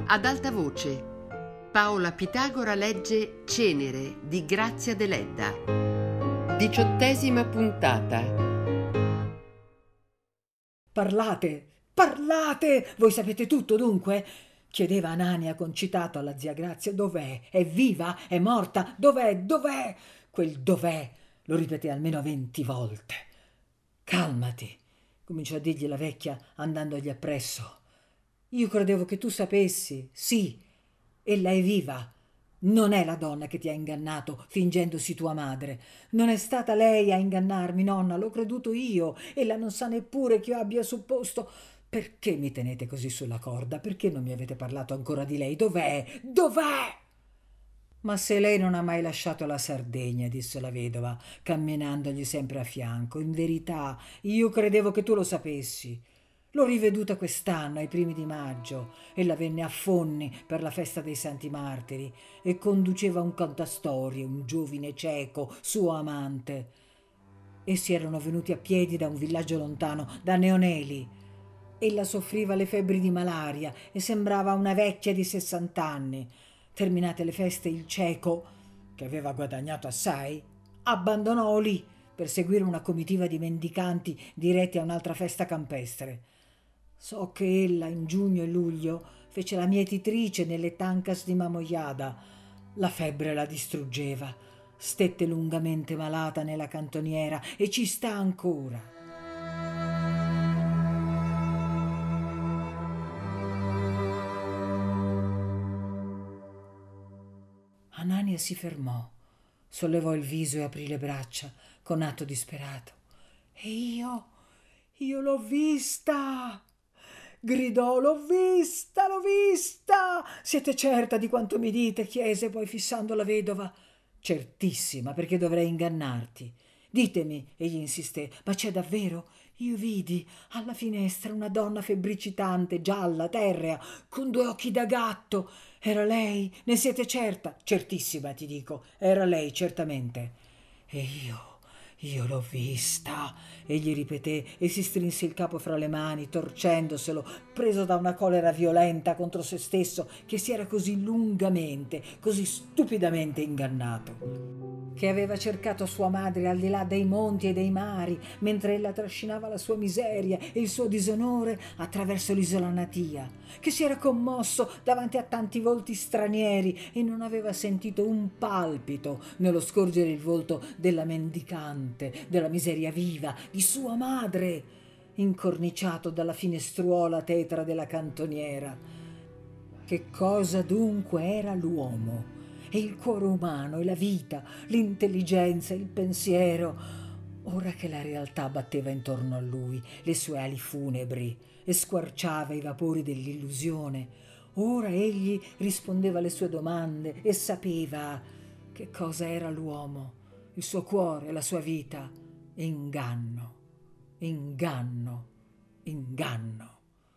Ad alta voce, Paola Pitagora legge Cenere di Grazia Deledda. 18ª puntata. Parlate, parlate! Voi sapete tutto, dunque? Chiedeva Anania concitato alla zia Grazia. Dov'è? È viva? È morta? Dov'è? Dov'è? Quel dov'è lo ripeté almeno 20 volte. Calmati, cominciò a dirgli la vecchia andandogli appresso. Io credevo che tu sapessi. Sì, ella è viva. Non è la donna che ti ha ingannato fingendosi tua madre. Non è stata lei a ingannarmi, nonna, l'ho creduto io. Ella non sa neppure che io abbia supposto. Perché mi tenete così sulla corda? Perché non mi avete parlato ancora di lei? Dov'è? Dov'è? Ma se lei non ha mai lasciato la Sardegna, disse la vedova, camminandogli sempre a fianco. In verità, io credevo che tu lo sapessi. L'ho riveduta quest'anno, ai primi di maggio. Ella venne a Fonni per la festa dei Santi Martiri e conduceva un cantastorie, un giovine cieco, suo amante. Essi erano venuti a piedi da un villaggio lontano, da Neoneli. Ella soffriva le febbri di malaria e sembrava una vecchia di 60 anni. Terminate le feste, il cieco, che aveva guadagnato assai, abbandonò lì per seguire una comitiva di mendicanti diretti a un'altra festa campestre. So che ella in giugno e luglio fece la mietitrice nelle tancas di Mamoiada. La febbre la distruggeva. Stette lungamente malata nella cantoniera e ci sta ancora. Anania si fermò, sollevò il viso e aprì le braccia con atto disperato. E io l'ho vista! Gridò, l'ho vista, l'ho vista! Siete certa di quanto mi dite? Chiese poi fissando la vedova. Certissima, perché dovrei ingannarti. Ditemi, egli insisté, ma c'è davvero? Io vidi alla finestra una donna febbricitante, gialla, terrea, con 2 occhi da gatto. Era lei? Ne siete certa? Certissima, ti dico. Era lei, certamente. E io l'ho vista, egli ripeté e si strinse il capo fra le mani, torcendoselo, preso da una collera violenta contro se stesso, che si era così lungamente, così stupidamente ingannato, che aveva cercato sua madre al di là dei monti e dei mari, mentre ella trascinava la sua miseria e il suo disonore attraverso l'isola natia, che si era commosso davanti a tanti volti stranieri e non aveva sentito un palpito nello scorgere il volto della mendicante, della miseria viva, di sua madre, incorniciato dalla finestruola tetra della cantoniera. Che cosa dunque era l'uomo? E il cuore umano, e la vita, l'intelligenza, il pensiero, ora che la realtà batteva intorno a lui le sue ali funebri e squarciava i vapori dell'illusione. Ora egli rispondeva alle sue domande e sapeva che cosa era l'uomo, il suo cuore, la sua vita. Inganno, inganno, inganno.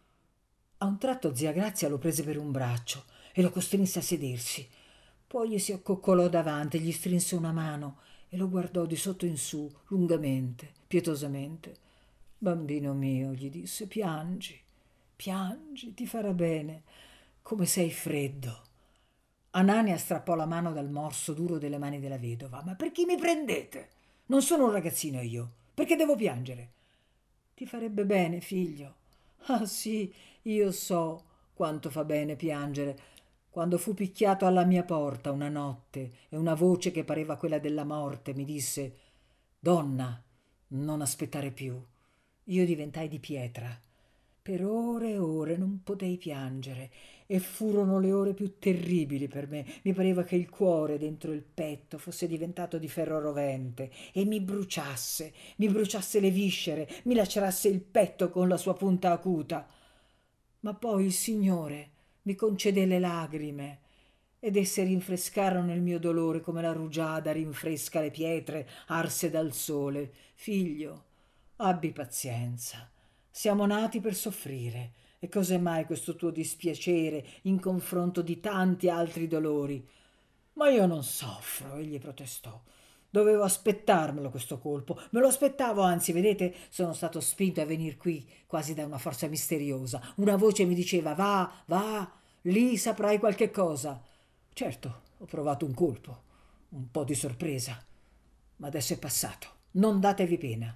A un tratto zia Grazia lo prese per un braccio e lo costrinse a sedersi. Poi gli si accoccolò davanti, gli strinse una mano e lo guardò di sotto in su, lungamente, pietosamente. Bambino mio, gli disse, piangi, piangi, ti farà bene. Come sei freddo. Anania strappò la mano dal morso duro delle mani della vedova. Ma per chi mi prendete? Non sono un ragazzino io. Perché devo piangere? Ti farebbe bene, figlio. Ah sì, io so quanto fa bene piangere. Quando fu picchiato alla mia porta una notte e una voce che pareva quella della morte mi disse: Donna, non aspettare più. Io diventai di pietra. Per ore e ore non potei piangere e furono le ore più terribili per me. Mi pareva che il cuore dentro il petto fosse diventato di ferro rovente e mi bruciasse le viscere, mi lacerasse il petto con la sua punta acuta. Ma poi il Signore mi concedé le lagrime ed esse rinfrescarono il mio dolore come la rugiada rinfresca le pietre arse dal sole. Figlio, abbi pazienza. Siamo nati per soffrire. E cos'è mai questo tuo dispiacere in confronto di tanti altri dolori? Ma io non soffro, egli protestò. Dovevo aspettarmelo questo colpo. Me lo aspettavo, anzi, vedete, sono stato spinto a venir qui quasi da una forza misteriosa. Una voce mi diceva va, va, Lì saprai qualche cosa. Certo, ho provato un colpo, un po' di sorpresa, ma adesso è passato. Non datevi pena.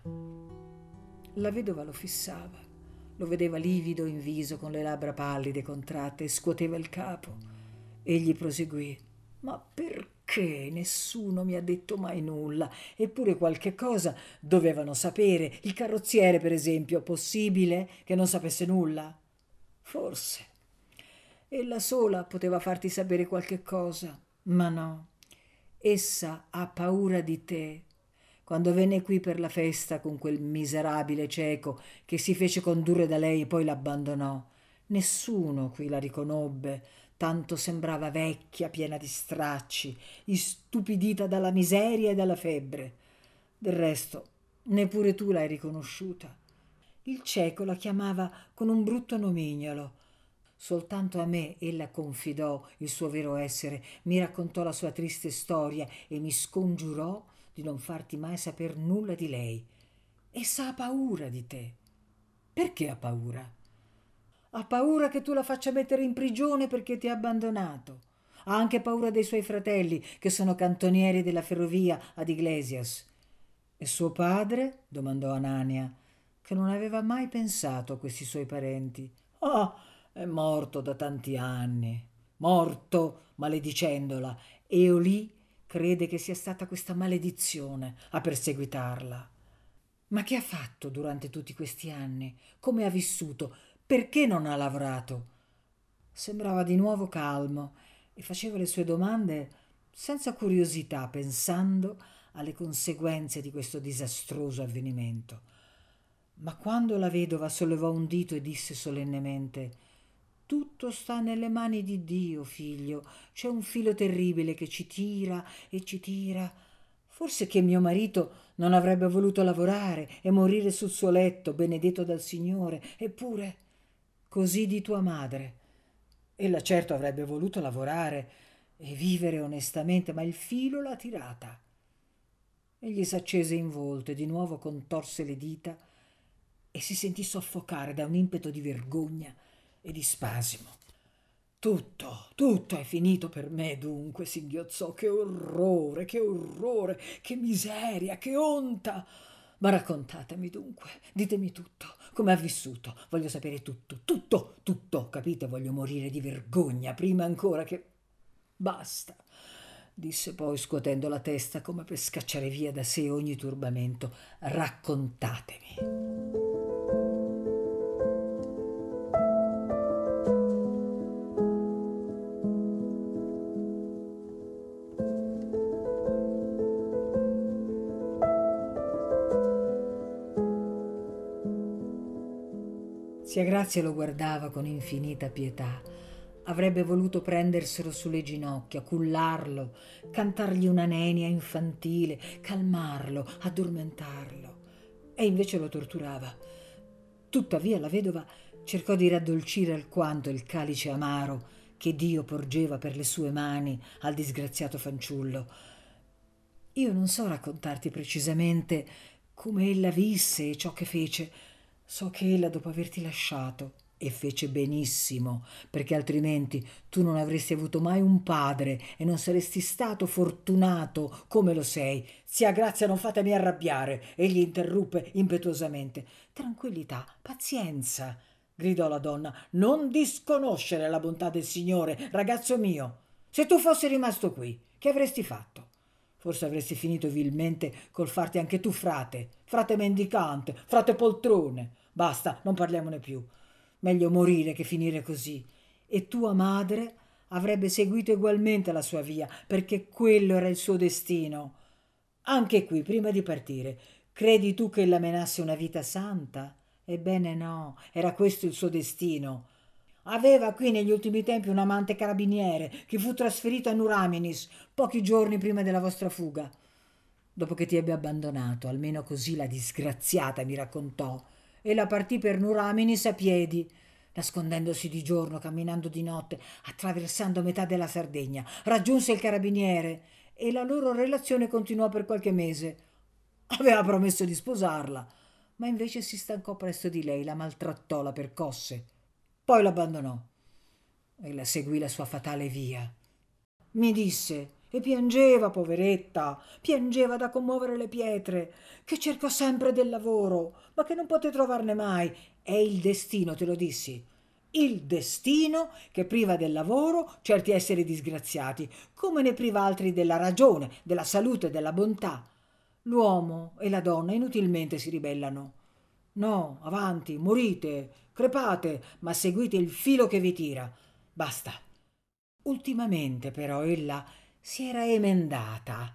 La vedova lo fissava, lo vedeva livido in viso, con le labbra pallide, contratte, e scuoteva il capo. Egli proseguì: ma perché nessuno mi ha detto mai nulla? Eppure qualche cosa dovevano sapere. Il carrozziere, per esempio, possibile che non sapesse nulla? Forse. Ella sola poteva farti sapere qualche cosa, ma no. Essa ha paura di te. Quando venne qui per la festa con quel miserabile cieco che si fece condurre da lei e poi l'abbandonò, nessuno qui la riconobbe, tanto sembrava vecchia, piena di stracci, istupidita dalla miseria e dalla febbre. Del resto, neppure tu l'hai riconosciuta. Il cieco la chiamava con un brutto nomignolo. Soltanto a me ella confidò il suo vero essere, mi raccontò la sua triste storia e mi scongiurò di non farti mai saper nulla di lei. Essa ha paura di te. Perché ha paura? Ha paura che tu la faccia mettere in prigione perché ti ha abbandonato. Ha anche paura dei suoi fratelli, che sono cantonieri della ferrovia ad Iglesias. E suo padre? Domandò Anania, che non aveva mai pensato a questi suoi parenti. Ah, è morto da tanti anni. Morto, maledicendola. E Olì crede che sia stata questa maledizione a perseguitarla. Ma che ha fatto durante tutti questi anni? Come ha vissuto? Perché non ha lavorato? Sembrava di nuovo calmo e faceva le sue domande senza curiosità, pensando alle conseguenze di questo disastroso avvenimento. Ma quando la vedova sollevò un dito e disse solennemente: tutto sta nelle mani di Dio, figlio. C'è un filo terribile che ci tira e ci tira. Forse che mio marito non avrebbe voluto lavorare e morire sul suo letto, benedetto dal Signore. Eppure, così di tua madre. Ella certo avrebbe voluto lavorare e vivere onestamente, ma il filo l'ha tirata. Egli s'accese in volto e di nuovo contorse le dita e si sentì soffocare da un impeto di vergogna e di spasimo. Tutto è finito per me, dunque, singhiozzò. Che orrore, che miseria, che onta. Ma raccontatemi dunque, ditemi tutto, come ha vissuto. Voglio sapere tutto, capite? Voglio morire di vergogna prima ancora che... Basta, disse poi scuotendo la testa come per scacciare via da sé ogni turbamento. Raccontatemi. Zia Grazia lo guardava con infinita pietà. Avrebbe voluto prenderselo sulle ginocchia, cullarlo, cantargli una nenia infantile, calmarlo, addormentarlo. E invece lo torturava. Tuttavia la vedova cercò di raddolcire alquanto il calice amaro che Dio porgeva per le sue mani al disgraziato fanciullo. Io non so raccontarti precisamente come ella visse e ciò che fece. So che ella, dopo averti lasciato, e fece benissimo, perché altrimenti tu non avresti avuto mai un padre e non saresti stato fortunato come lo sei. Zia Grazia, non fatemi arrabbiare, egli interruppe impetuosamente. Tranquillità, pazienza, gridò la donna. Non disconoscere la bontà del Signore, ragazzo mio. Se tu fossi rimasto qui, che avresti fatto? Forse avresti finito vilmente col farti anche tu frate mendicante, frate poltrone. Basta, non parliamone più. Meglio morire che finire così. E tua madre avrebbe seguito egualmente la sua via, perché quello era il suo destino. Anche qui, prima di partire, credi tu che ella menasse una vita santa? Ebbene no, era questo il suo destino. Aveva qui negli ultimi tempi un amante carabiniere che fu trasferito a Nuraminis pochi giorni prima della vostra fuga. Dopo che ti ebbe abbandonato, almeno così la disgraziata mi raccontò, e la partì per Nuraminis a piedi, nascondendosi di giorno, camminando di notte, attraversando metà della Sardegna. Raggiunse il carabiniere e la loro relazione continuò per qualche mese. Aveva promesso di sposarla, ma invece si stancò presto di lei, la maltrattò, la percosse. Poi l'abbandonò. e la seguì la sua fatale via. Mi disse, e piangeva, poveretta, piangeva da commuovere le pietre, che cercò sempre del lavoro, ma che non poté trovarne mai. È il destino, te lo dissi. Il destino che priva del lavoro certi esseri disgraziati, come ne priva altri della ragione, della salute, della bontà. L'uomo e la donna inutilmente si ribellano. No, avanti, morite, crepate, ma seguite il filo che vi tira. Basta. Ultimamente però ella si era emendata.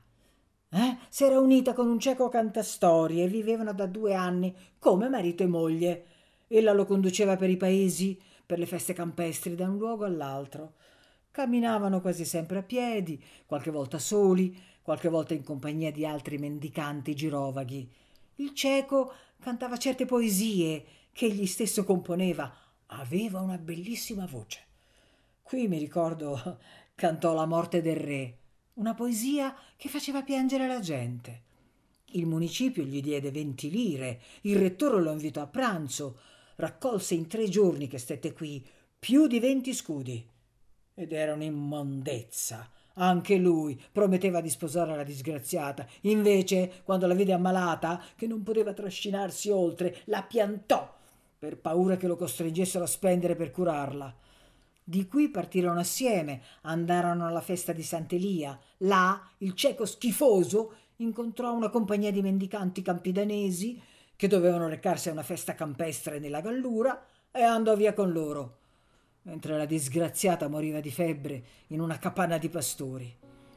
Si era unita con un cieco cantastorie e vivevano da 2 anni come marito e moglie. Ella lo conduceva per i paesi, per le feste campestri, da un luogo all'altro. Camminavano quasi sempre a piedi, qualche volta soli, qualche volta in compagnia di altri mendicanti girovaghi. Il cieco cantava certe poesie che egli stesso componeva. Aveva una bellissima voce. Qui mi ricordo cantò La morte del re, una poesia che faceva piangere la gente. Il municipio gli diede 20 lire, il rettore lo invitò a pranzo, raccolse in 3 giorni che stette qui più di 20 scudi. Ed era un'immondezza. Anche lui prometteva di sposare la disgraziata. Invece, quando la vide ammalata, che non poteva trascinarsi oltre, la piantò per paura che lo costringessero a spendere per curarla. Di qui partirono assieme, andarono alla festa di Sant'Elia. Là il cieco schifoso incontrò una compagnia di mendicanti campidanesi che dovevano recarsi a una festa campestre nella Gallura e andò via con loro, mentre la disgraziata moriva di febbre in una capanna di pastori.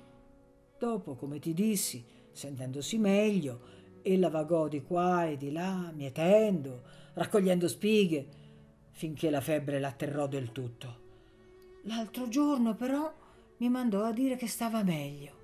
Dopo, come ti dissi, sentendosi meglio, ella vagò di qua e di là, mietendo, raccogliendo spighe, finché la febbre l'atterrò del tutto. L'altro giorno, però, mi mandò a dire che stava meglio.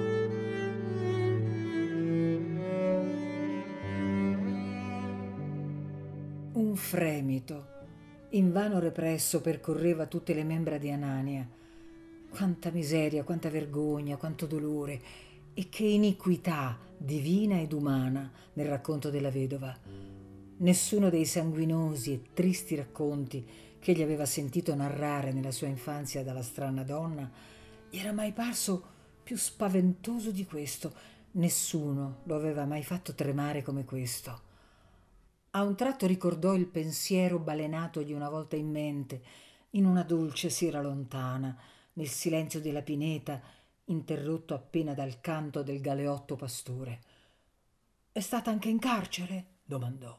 Un fremito, invano represso, percorreva tutte le membra di Anania. Quanta miseria, quanta vergogna, quanto dolore e che iniquità divina ed umana nel racconto della vedova. Nessuno dei sanguinosi e tristi racconti che egli aveva sentito narrare nella sua infanzia dalla strana donna gli era mai parso più spaventoso di questo. Nessuno lo aveva mai fatto tremare come questo. A un tratto ricordò il pensiero balenatogli una volta in mente, in una dolce sera lontana, nel silenzio della pineta, interrotto appena dal canto del galeotto pastore. «È stata anche in carcere?» domandò.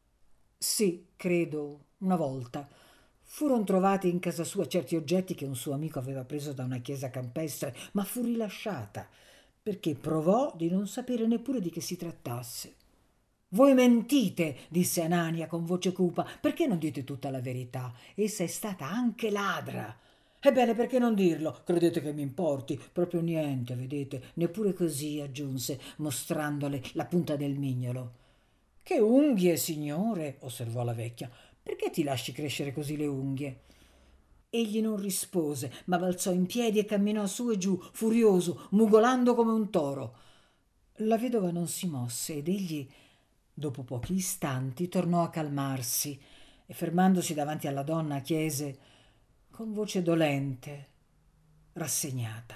«Sì, credo, una volta. Furono trovati in casa sua certi oggetti che un suo amico aveva preso da una chiesa campestre, ma fu rilasciata, perché provò di non sapere neppure di che si trattasse». «Voi mentite», disse Anania con voce cupa. «Perché non dite tutta la verità? Essa è stata anche ladra». «Ebbene, perché non dirlo? Credete che mi importi? Proprio niente, vedete? Neppure così», aggiunse, mostrandole la punta del mignolo. «Che unghie, signore!» osservò la vecchia. «Perché ti lasci crescere così le unghie?» Egli non rispose, ma balzò in piedi e camminò su e giù, furioso, mugolando come un toro. La vedova non si mosse ed egli, dopo pochi istanti, tornò a calmarsi e, fermandosi davanti alla donna, chiese con voce dolente, rassegnata: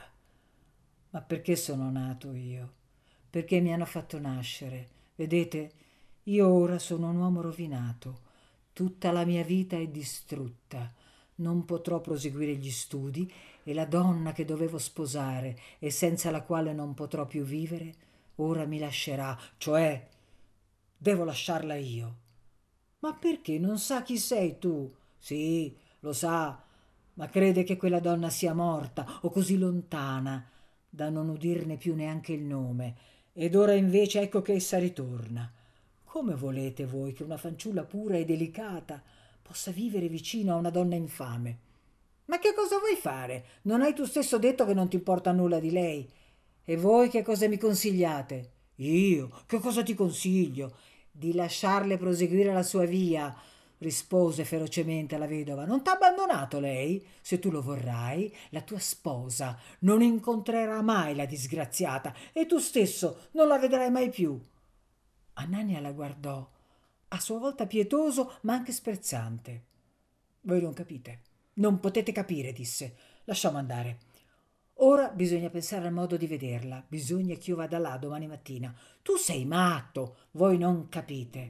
«Ma perché sono nato io? Perché mi hanno fatto nascere? Vedete, io ora sono un uomo rovinato. Tutta la mia vita è distrutta. Non potrò proseguire gli studi e la donna che dovevo sposare e senza la quale non potrò più vivere, ora mi lascerà, cioè devo lasciarla io». «Ma perché? Non sa chi sei tu?» «Sì, lo sa, ma crede che quella donna sia morta o così lontana da non udirne più neanche il nome, ed ora invece ecco che essa ritorna. Come volete voi che una fanciulla pura e delicata possa vivere vicino a una donna infame?» «Ma che cosa vuoi fare? Non hai tu stesso detto che non ti importa nulla di lei? E voi che cosa mi consigliate?» «Io? Che cosa ti consiglio?» «Di lasciarle proseguire la sua via», rispose ferocemente la vedova. «Non t'ha abbandonato lei? Se tu lo vorrai, la tua sposa non incontrerà mai la disgraziata e tu stesso non la vedrai mai più». Anania la guardò, a sua volta pietoso ma anche sprezzante. «Voi non capite. Non potete capire, disse. Lasciamo andare. Ora bisogna pensare al modo di vederla. Bisogna che io vada là domani mattina. Tu sei matto, voi non capite.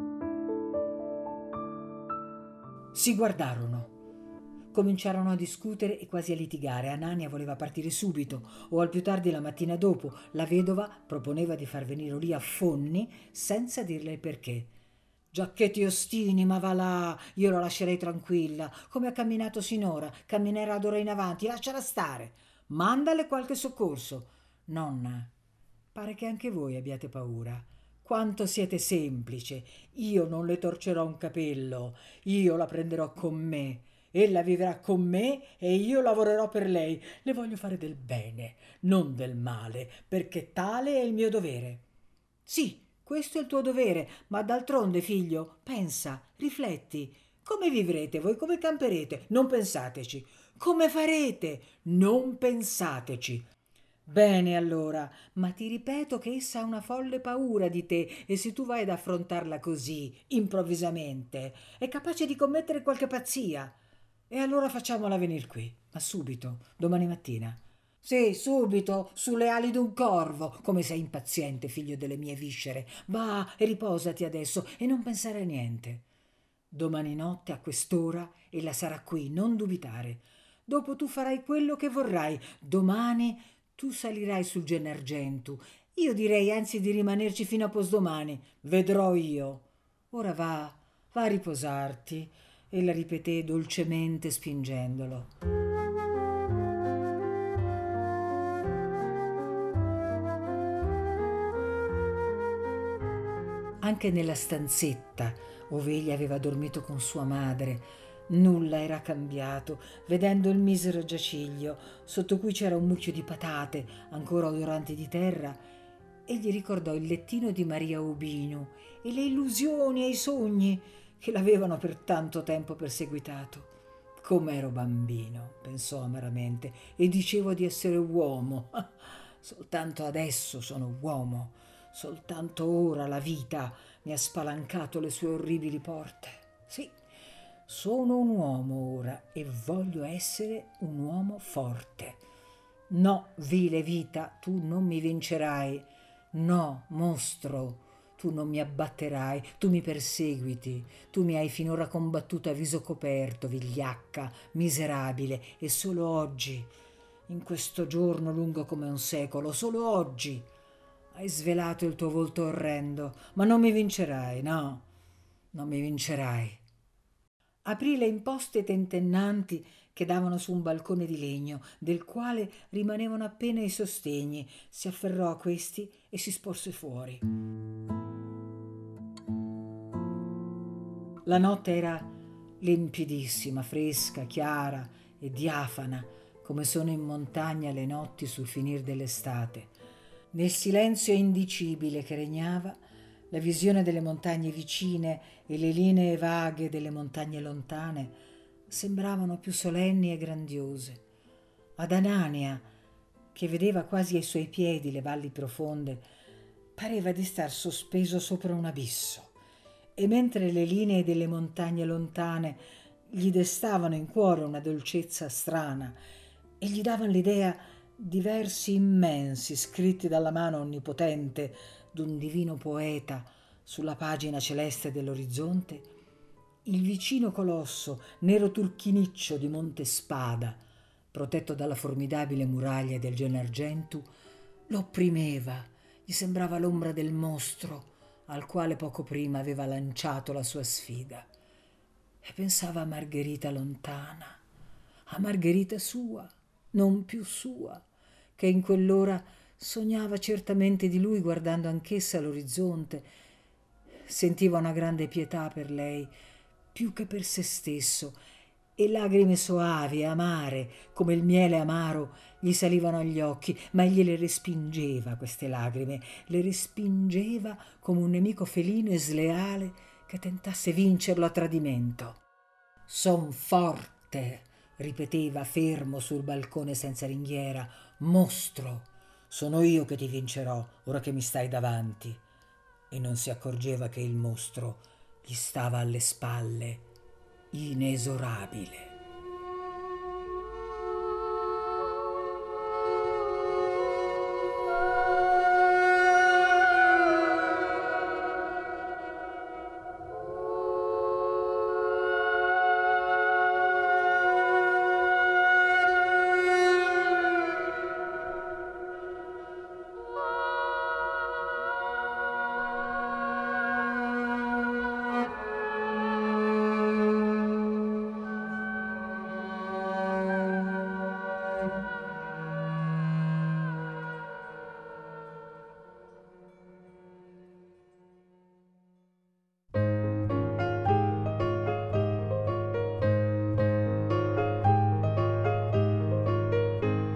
Si guardarono. Cominciarono a discutere e quasi a litigare. Anania voleva partire subito o al più tardi la mattina dopo. La vedova proponeva di far venire lì a Fonni senza dirle il perché. Giacché ti ostini, ma va là, io la lascerei tranquilla. Come ha camminato sinora, camminerà d'ora in avanti, lasciala stare. Mandale qualche soccorso. Nonna, pare che anche voi abbiate paura. Quanto siete semplice. Io non le torcerò un capello. Io la prenderò con me. Ella vivrà con me e io lavorerò per lei. Le voglio fare del bene, non del male, perché tale è il mio dovere. Sì, questo è il tuo dovere, ma d'altronde, figlio, pensa, rifletti. Come vivrete voi? Come camperete? Non pensateci. Come farete? Non pensateci. Bene allora, ma ti ripeto che essa ha una folle paura di te e se tu vai ad affrontarla così, improvvisamente, è capace di commettere qualche pazzia. E allora facciamola venire qui, ma subito, domani mattina. Sì, subito, sulle ali d'un corvo. Come sei impaziente, figlio delle mie viscere. Va e riposati adesso e non pensare a niente. Domani notte a quest'ora ella sarà qui, non dubitare. Dopo tu farai quello che vorrai. Domani tu salirai sul Gennargentu. Io direi anzi di rimanerci fino a posdomani. Vedrò io. Ora va, va a riposarti. Ella ripeté dolcemente spingendolo. Anche nella stanzetta ove egli aveva dormito con sua madre, nulla era cambiato. Vedendo il misero giaciglio, sotto cui c'era un mucchio di patate ancora odoranti di terra, egli ricordò il lettino di Maria Ubinu e le illusioni e i sogni che l'avevano per tanto tempo perseguitato. Com'ero bambino, pensò amaramente, e dicevo di essere uomo. Soltanto adesso sono uomo. Soltanto ora la vita mi ha spalancato le sue orribili porte. Sì, sono un uomo ora e voglio essere un uomo forte. No, vile vita, tu non mi vincerai. No, mostro, tu non mi abbatterai, tu mi perseguiti. Tu mi hai finora combattuto a viso coperto, vigliacca, miserabile, e solo oggi, in questo giorno lungo come un secolo, solo oggi, hai svelato il tuo volto orrendo, ma non mi vincerai, no, non mi vincerai. Aprì le imposte tentennanti che davano su un balcone di legno, del quale rimanevano appena i sostegni, si afferrò a questi e si sporse fuori. La notte era limpidissima, fresca, chiara e diafana, come sono in montagna le notti sul finir dell'estate. Nel silenzio indicibile che regnava, la visione delle montagne vicine e le linee vaghe delle montagne lontane sembravano più solenni e grandiose. Ad Anania, che vedeva quasi ai suoi piedi le valli profonde, pareva di star sospeso sopra un abisso, e mentre le linee delle montagne lontane gli destavano in cuore una dolcezza strana e gli davano l'idea di versi immensi scritti dalla mano onnipotente d'un divino poeta sulla pagina celeste dell'orizzonte, il vicino colosso nero turchiniccio di Monte Spada, protetto dalla formidabile muraglia del Gennargentu, lo opprimeva, gli sembrava l'ombra del mostro al quale poco prima aveva lanciato la sua sfida. E pensava a Margherita lontana, a Margherita sua, non più sua, che in quell'ora sognava certamente di lui guardando anch'essa l'orizzonte. Sentiva una grande pietà per lei, più che per se stesso, e lagrime soavi e amare, come il miele amaro, gli salivano agli occhi, ma egli le respingeva queste lagrime, le respingeva come un nemico felino e sleale che tentasse vincerlo a tradimento. Son forte, ripeteva fermo sul balcone senza ringhiera, mostro, sono io che ti vincerò ora che mi stai davanti. E non si accorgeva che il mostro gli stava alle spalle, inesorabile.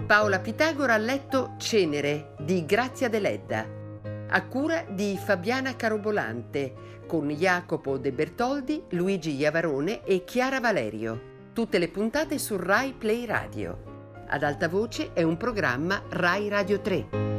Paola Pitagora ha letto Cenere di Grazia Deledda, a cura di Fabiana Carobolante, con Jacopo De Bertoldi, Luigi Iavarone e Chiara Valerio. Tutte le puntate su Rai Play Radio. Ad alta voce è un programma Rai Radio 3.